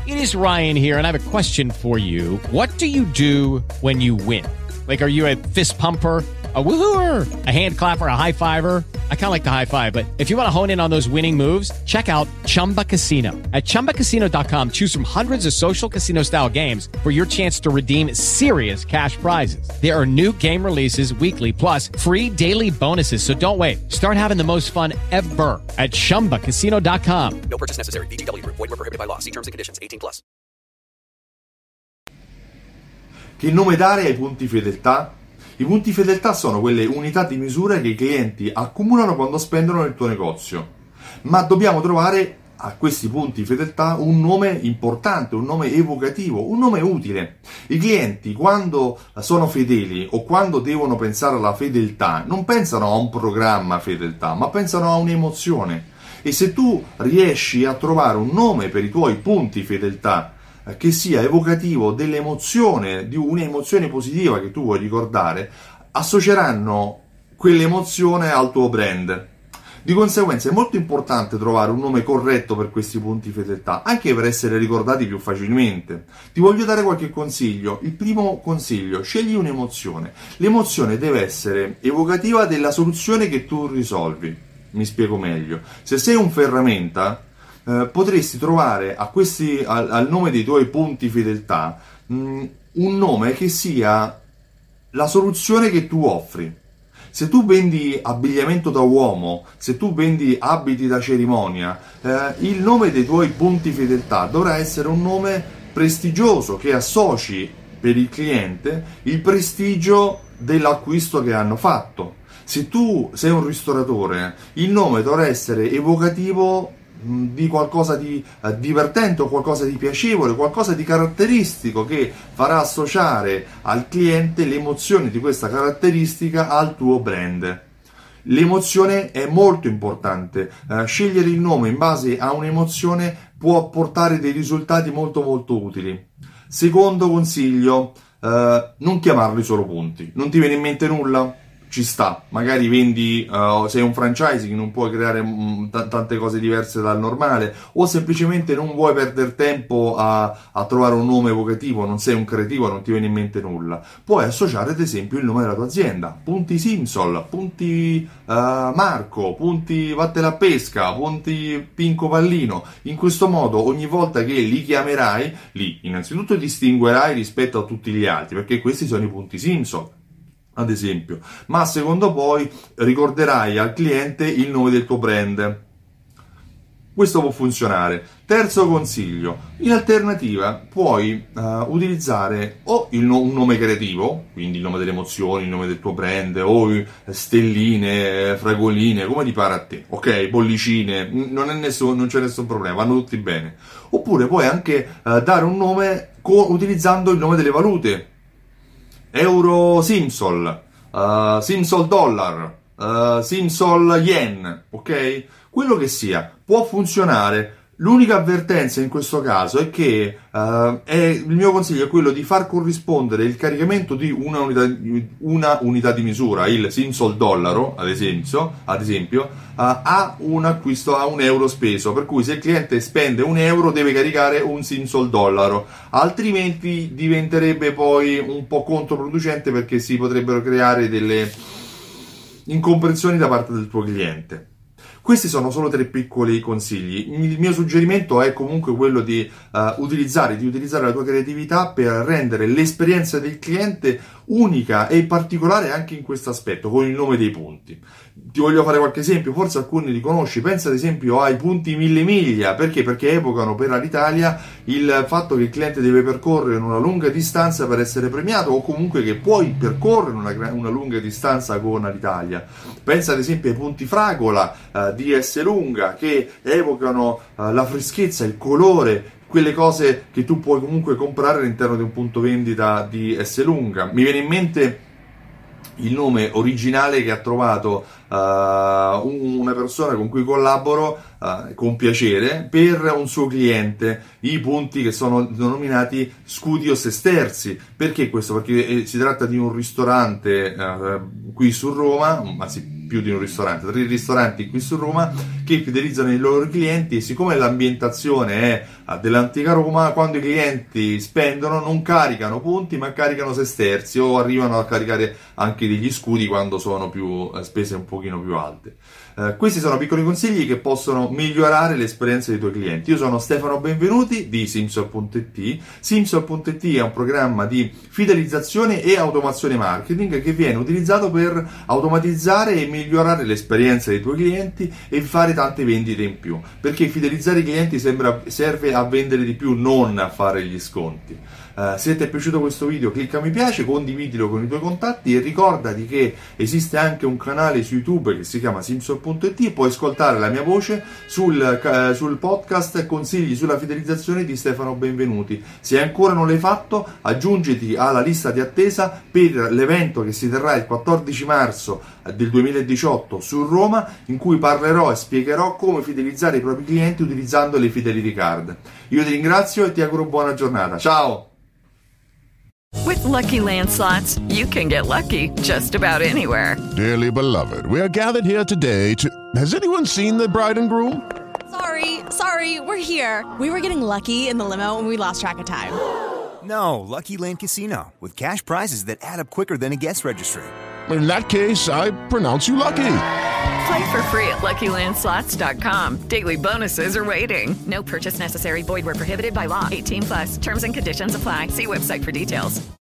It is Ryan here, and I have a question for you. What do you do when you win? Like, are you a fist pumper, a woohooer, a hand clapper, a high fiver? I kind of like the high five, but if you want to hone in on those winning moves, check out Chumba Casino. At ChumbaCasino.com, choose from hundreds of social casino style games for your chance to redeem serious cash prizes. There are new game releases weekly, plus free daily bonuses. So don't wait. Start having the most fun ever at ChumbaCasino.com. No purchase necessary. VGW Group. Void where prohibited by law. See terms and conditions. 18+. Che nome dare ai punti fedeltà? I punti fedeltà sono quelle unità di misura che i clienti accumulano quando spendono nel tuo negozio. Ma dobbiamo trovare a questi punti fedeltà un nome importante, un nome evocativo, un nome utile. I clienti, quando sono fedeli o quando devono pensare alla fedeltà, non pensano a un programma fedeltà, ma pensano a un'emozione. E se tu riesci a trovare un nome per i tuoi punti fedeltà che sia evocativo dell'emozione, di un'emozione positiva che tu vuoi ricordare, associeranno quell'emozione al tuo brand. Di conseguenza è molto importante trovare un nome corretto per questi punti fedeltà, anche per essere ricordati più facilmente. Ti voglio dare qualche consiglio. Il primo consiglio: scegli un'emozione. L'emozione deve essere evocativa della soluzione che tu risolvi. Mi spiego meglio. Se sei un ferramenta, potresti trovare al nome dei tuoi punti fedeltà un nome che sia la soluzione che tu offri. Se tu vendi abbigliamento da uomo, se tu vendi abiti da cerimonia, il nome dei tuoi punti fedeltà dovrà essere un nome prestigioso che associ per il cliente il prestigio dell'acquisto che hanno fatto. Se tu sei un ristoratore, il nome dovrà essere evocativo di qualcosa di divertente o qualcosa di piacevole, qualcosa di caratteristico che farà associare al cliente l'emozione di questa caratteristica al tuo brand. L'emozione è molto importante. Scegliere il nome in base a un'emozione può portare dei risultati molto molto utili. Secondo consiglio, non chiamarli solo punti. Non ti viene in mente nulla? Ci sta, magari sei un franchising, non puoi creare tante cose diverse dal normale, o semplicemente non vuoi perdere tempo a trovare un nome evocativo, non sei un creativo, non ti viene in mente nulla. Puoi associare ad esempio il nome della tua azienda: punti Simsol, punti Marco, punti Vattene a Pesca, punti Pinco Pallino. In questo modo ogni volta che li chiamerai, li innanzitutto distinguerai rispetto a tutti gli altri, perché questi sono i punti Simsol, ad esempio, ma secondo poi ricorderai al cliente il nome del tuo brand. Questo può funzionare. Terzo consiglio: in alternativa puoi utilizzare o un nome creativo, quindi il nome delle emozioni, il nome del tuo brand, o stelline, fragoline, come ti pare a te, ok? Bollicine, non c'è nessun problema, vanno tutti bene. Oppure puoi anche dare un nome utilizzando il nome delle valute: euro Simsol, Simsol dollar, Simsol yen, ok? Quello che sia, può funzionare. L'unica avvertenza in questo caso è che il mio consiglio è quello di far corrispondere il caricamento di una unità di misura, il Simsol dollaro, ad esempio, a un acquisto, a un euro speso, per cui se il cliente spende un euro deve caricare un Simsol dollaro, altrimenti diventerebbe poi un po' controproducente, perché si potrebbero creare delle incomprensioni da parte del tuo cliente. Questi sono solo 3 piccoli consigli. Il mio suggerimento è comunque quello di utilizzare la tua creatività per rendere l'esperienza del cliente unica e particolare anche in questo aspetto, con il nome dei punti. Ti voglio fare qualche esempio, forse alcuni li conosci. Pensa ad esempio ai punti 1000 miglia. Perché? Perché evocano per Alitalia il fatto che il cliente deve percorrere una lunga distanza per essere premiato, o comunque che puoi percorrere una lunga distanza con Alitalia. Pensa ad esempio ai punti fragola di Esselunga, che evocano la freschezza, il colore, quelle cose che tu puoi comunque comprare all'interno di un punto vendita di Esselunga. Mi viene in mente il nome originale che ha trovato una persona con cui collaboro con piacere per un suo cliente, i punti che sono denominati Scudio Sesterzi. Perché questo? Perché si tratta di un ristorante qui su Roma, anzi più di un ristorante, 3 ristoranti qui su Roma, che fidelizzano i loro clienti, e siccome l'ambientazione è dell'antica Roma, quando i clienti spendono non caricano punti ma caricano sesterzi, o arrivano a caricare anche degli scudi quando sono più spese un pochino più alte. Questi sono piccoli consigli che possono migliorare l'esperienza dei tuoi clienti. Io sono Stefano Benvenuti di Simsol.it. Simsol.it è un programma di fidelizzazione e automazione marketing che viene utilizzato per automatizzare e migliorare l'esperienza dei tuoi clienti e fare tante vendite in più, perché fidelizzare i clienti serve a vendere di più, non a fare gli sconti. Se ti è piaciuto questo video, clicca mi piace, condividilo con i tuoi contatti e ricordati che esiste anche un canale su YouTube che si chiama Simsol.it. Puoi ascoltare la mia voce sul podcast Consigli sulla fidelizzazione di Stefano Benvenuti. Se ancora non l'hai fatto, aggiungiti alla lista di attesa per l'evento che si terrà il 14 marzo del 2018 su Roma, in cui parlerò e spiegherò come fidelizzare i propri clienti utilizzando le Fidelity Card. Io ti ringrazio e ti auguro buona giornata. Ciao! With Lucky Land Slots, you can get lucky just about anywhere. Dearly beloved, we are gathered here today to... Has anyone seen the bride and groom? Sorry, we're here. We were getting lucky in the limo and we lost track of time. No, Lucky Land Casino, with cash prizes that add up quicker than a guest registry. In that case, I pronounce you lucky. Play for free at LuckyLandSlots.com. Daily bonuses are waiting. No purchase necessary. Void where prohibited by law. 18+. Terms and conditions apply. See website for details.